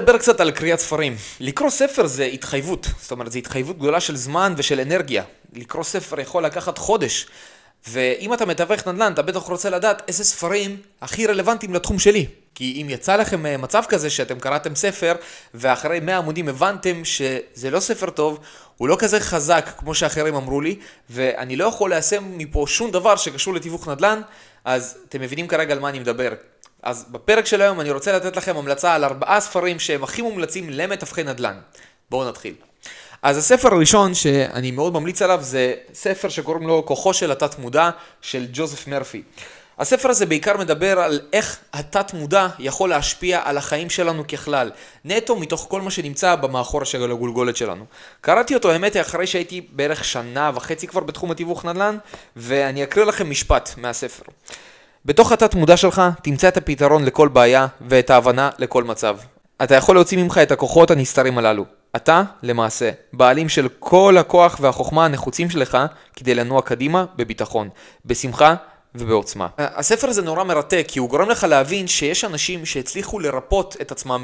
נדבר קצת על קריאת ספרים. לקרוא ספר זה התחייבות, זאת אומרת, זה התחייבות גדולה של זמן ושל אנרגיה. לקרוא ספר יכול לקחת חודש, ואם אתה מתווך נדל"ן, אתה בטח רוצה לדעת איזה ספרים הכי רלוונטיים לתחום שלי. כי אם יצא לכם מצב כזה שאתם קראתם ספר, ואחרי 100 עמודים הבנתם שזה לא ספר טוב, הוא לא כזה חזק כמו שאחרים אמרו לי, ואני לא יכול ליישם מפה שום דבר שקשור לתיווך נדל"ן, אז אתם מבינים כרגע על מה אני מדבר. אז בפרק של היום אני רוצה לתת לכם המלצה על 4 ספרים שהם הכי מומלצים למתווכי נדל"ן. בואו נתחיל. אז הספר הראשון שאני מאוד ממליץ עליו זה ספר שקוראים לו כוחו של התת מודע של ג'וזף מרפי. הספר הזה בעיקר מדבר על איך התת מודע יכול להשפיע על החיים שלנו ככלל, נטו מתוך כל מה שנמצא במאחור של הגולגולת שלנו. קראתי אותו האמת אחרי שהייתי בערך 1.5 שנה כבר בתחום התיווך נדל"ן, ואני אקריא לכם משפט מהספר. בתוך התת מודע שלך תמצא את הפתרון לכל בעיה ואת ההבנה לכל מצב. אתה יכול להוציא ממך את הכוחות הנסתרים הללו. אתה, למעשה, בעלים של כל הכוח והחוכמה הנחוצים שלך כדי לנוע קדימה בביטחון, בשמחה ובעוצמה. הספר הזה נורא מרתק כי הוא גורם לך להבין שיש אנשים שהצליחו לרפות את עצמם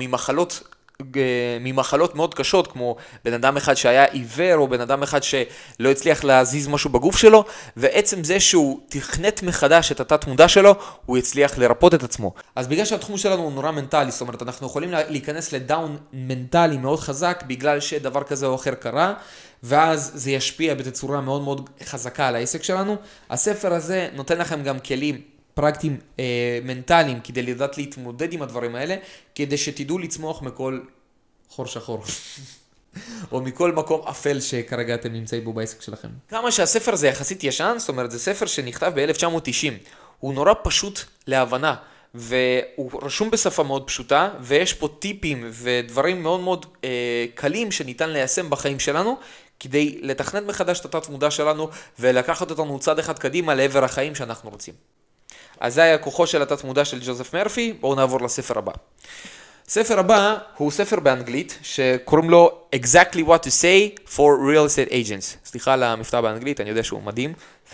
ממחלות מאוד קשות, כמו בן אדם אחד שהיה עיוור או בן אדם אחד שלא הצליח להזיז משהו בגוף שלו, ועצם זה שהוא תכנת מחדש את התת מודע שלו, הוא הצליח לרפות את עצמו. אז בגלל שהתחום שלנו הוא נורא מנטלי, זאת אומרת אנחנו יכולים להיכנס לדאון מנטלי מאוד חזק בגלל שדבר כזה או אחר קרה, ואז זה ישפיע בתצורה מאוד מאוד חזקה על העסק שלנו. הספר הזה נותן לכם גם כלים פרקטיים מנטליים כדי לדעת להתמודד עם הדברים האלה, כדי שתדעו לצמוח מכל חור שחור או מכל מקום אפל שכרגע אתם נמצאים בו בעסק שלכם. כמה שהספר הזה יחסית ישן, זאת אומרת זה ספר שנכתב ב-1990, הוא נורא פשוט להבנה והוא רשום בשפה מאוד פשוטה, ויש פה טיפים ודברים מאוד מאוד קלים שניתן ליישם בחיים שלנו כדי לתכנת מחדש את התת מודע שלנו ולקחת אותנו צעד אחד קדימה לעבר החיים שאנחנו רוצים. אז זה היה כוחו של התת מודע של ג'וזף מרפי. בואו נעבור לספר הבא. ספר הבא הוא ספר באנגלית שקוראים לו Exactly What to Say for Real Estate Agents. סליחה על המבטא באנגלית, אני יודע שהוא מדהים.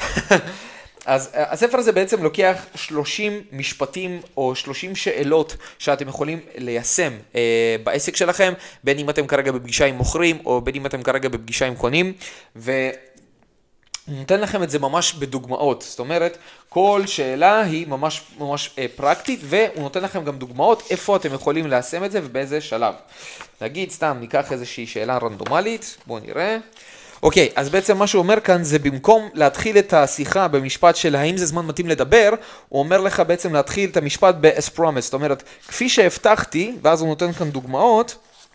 אז הספר הזה בעצם לוקח 30 משפטים או 30 שאלות שאתם יכולים ליישם בעסק שלכם, בין אם אתם כרגע בפגישה עם מוכרים או בין אם אתם כרגע בפגישה עם קונים, נותן לכם את זה ממש בדוגמאות, זאת אומרת, כל שאלה היא ממש פרקטית, והוא נותן לכם גם דוגמאות איפה אתם יכולים ליישם את זה ובאיזה שלב. נגיד, סתם, ניקח איזושהי שאלה רנדומלית, בואו נראה. אוקיי, אז בעצם מה שהוא אומר כאן זה במקום להתחיל את השיחה במשפט של האם זה זמן מתאים לדבר, הוא אומר לך בעצם להתחיל את המשפט ב-as promised, זאת אומרת, כפי שהבטחתי, ואז הוא נותן כאן דוגמאות,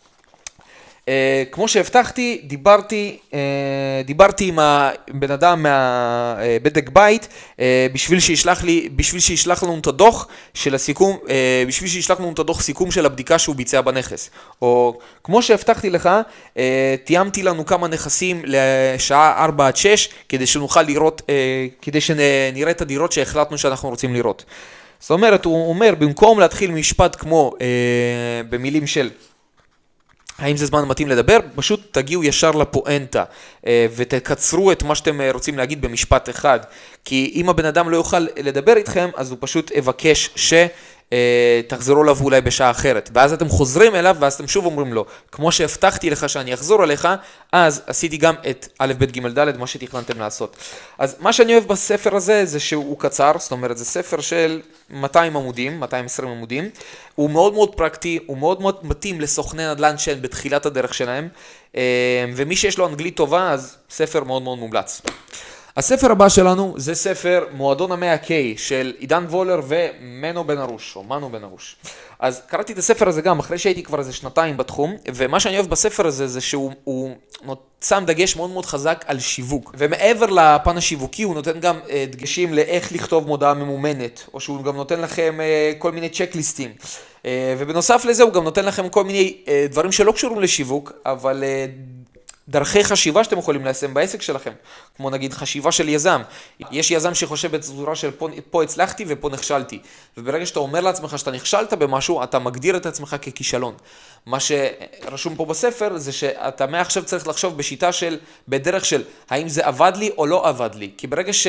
כמו שהבטחתי, דיברתי עם הבן אדם מהבדק בית בשביל שישלח לנו את הדוח של הסיכום, בשביל שישלח לנו את הדוח סיכום של הבדיקה שהוא ביצע בנכס. או כמו שהבטחתי לך, תיאמתי לנו כמה נכסים לשעה 4-6 כדי שנוכל לראות, כדי שנראה את הדירות שהחלטנו שאנחנו רוצים לראות. זאת אומרת, הוא אומר, במקום להתחיל משפט כמו במילים של האם זה זמן מתאים לדבר, פשוט תגיעו ישר לפואנטה ותקצרו את מה שאתם רוצים להגיד במשפט אחד. כי אם הבן אדם לא יוכל לדבר איתכם, אז הוא פשוט יבקש שתחזרו אליו אולי בשעה אחרת. ואז אתם חוזרים אליו, ואז אתם שוב אומרים לו, כמו שהבטחתי לך שאני אחזור אליך, אז עשיתי גם את א', ב', ג', ד', מה שתכננתם לעשות. אז מה שאני אוהב בספר הזה, זה שהוא קצר, זאת אומרת, זה ספר של 200 עמודים, 220 עמודים. הוא מאוד מאוד פרקטי, הוא מאוד מאוד מתאים לסוכני נדל"ן שהם בתחילת הדרך שלהם, ומי שיש לו אנגלית טובה, אז ספר מאוד מאוד מומלץ. הספר הבא שלנו זה ספר מועדון ה-100K של עידן וולר ומנו בן ארוש, או מנו בן ארוש. אז קראתי את הספר הזה גם אחרי שהייתי כבר איזה 2 בתחום, ומה שאני אוהב בספר הזה זה שהוא שם דגש מאוד מאוד חזק על שיווק. ומעבר לפן השיווקי הוא נותן גם דגשים לאיך לכתוב מודעה ממומנת, או שהוא גם נותן לכם כל מיני צ'קליסטים. ובנוסף לזה הוא גם נותן לכם כל מיני דברים שלא קשורים לשיווק, אבל דרכי חשיבה שאתם יכולים ליישם בעסק שלכם, כמו נגיד חשיבה של יזם. יש יזם שחושב בצורה של פה הצלחתי ופה נכשלתי, וברגע שאתה אומר לעצמך שאתה נכשלת במשהו, אתה מגדיר את עצמך ככישלון. מה שרשום פה בספר זה שאתה מעכשיו צריך לחשוב בדרך של האם זה עבד לי או לא עבד לי, כי ברגע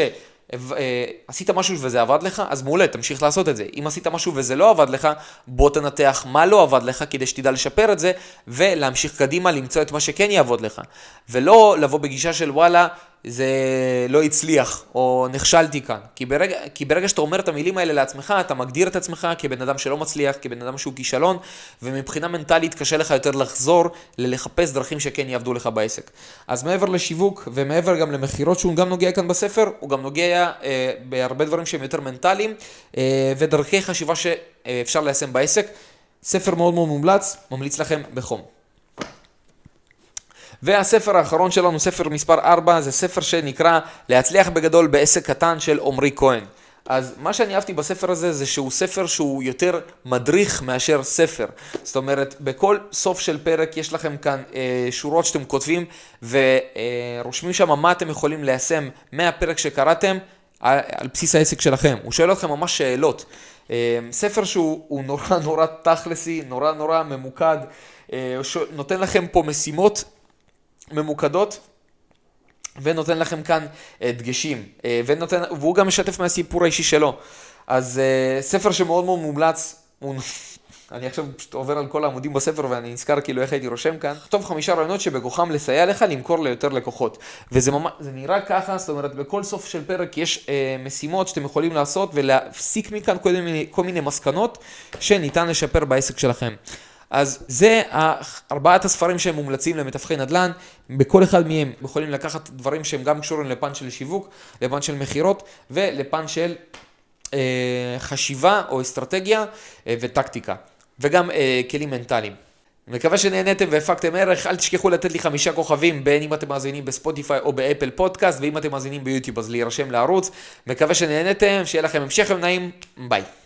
עשית משהו וזה עבד לך, אז מעולה, תמשיך לעשות את זה. אם עשית משהו וזה לא עבד לך, בוא תנתח מה לא עבד לך כדי שתדע לשפר את זה, ולהמשיך קדימה למצוא את מה שכן יעבוד לך. ולא לבוא בגישה של וואלה, זה לא הצליח, או נכשלתי כאן. כי ברגע שאתה אומר את המילים האלה לעצמך, אתה מגדיר את עצמך כבן אדם שלא מצליח, כבן אדם שהוא כישלון, ומבחינה מנטלית קשה לך יותר לחזור לחפש דרכים שכן יעבדו לך בעסק. אז מעבר לשיווק, ומעבר גם למחירות שהוא גם נוגע כאן בספר, הוא גם נוגע בהרבה דברים שהם יותר מנטליים, ודרכי חשיבה שאפשר ליישם בעסק. ספר מאוד מאוד מומלץ, ממליץ לכם בחום. והספר האחרון שלנו, ספר מספר 4, זה ספר שנקרא להצליח בגדול בעסק קטן של עומרי כהן. אז מה שאני אהבתי בספר הזה זה שהוא ספר שהוא יותר מדריך מאשר ספר. זאת אומרת, בכל סוף של פרק יש לכם כאן שורות שאתם כותבים ורושמים שם מה אתם יכולים ליישם מהפרק שקראתם על בסיס העסק שלכם. הוא שואל אתכם ממש שאלות. ספר שהוא נורא נורא תכלסי, נורא נורא ממוקד, נותן לכם פה משימות ממוקדות, ונותן לכם כאן דגשים, והוא גם משתף מהסיפור האישי שלו. אז ספר שמאוד מאוד מומלץ, אני עכשיו פשוט עובר על כל העמודים בספר ואני נזכר כאילו איך הייתי רושם כאן. כתוב 5 רעיונות שבכוחם לסייע לך למכור ליותר לקוחות. וזה ממש, זה נראה ככה, זאת אומרת בכל סוף של פרק יש משימות שאתם יכולים לעשות ולהפסיק מכאן כל מיני מסקנות שניתן לשפר בעסק שלכם. אז זה 4 הספרים שהם מומלצים למתווכי נדל"ן, בכל אחד מהם יכולים לקחת דברים שהם גם קשורים לפן של שיווק, לפן של מחירות ולפן של חשיבה או אסטרטגיה וטקטיקה, וגם כלים מנטליים. אני מקווה שנהנתם והפקתם ערך, אל תשכחו לתת לי 5 כוכבים, בין אם אתם מאזינים בספוטיפיי או באפל פודקאסט, ואם אתם מאזינים ביוטיוב אז להירשם לערוץ. מקווה שנהנתם, שיהיה לכם המשך יום נעים, ביי.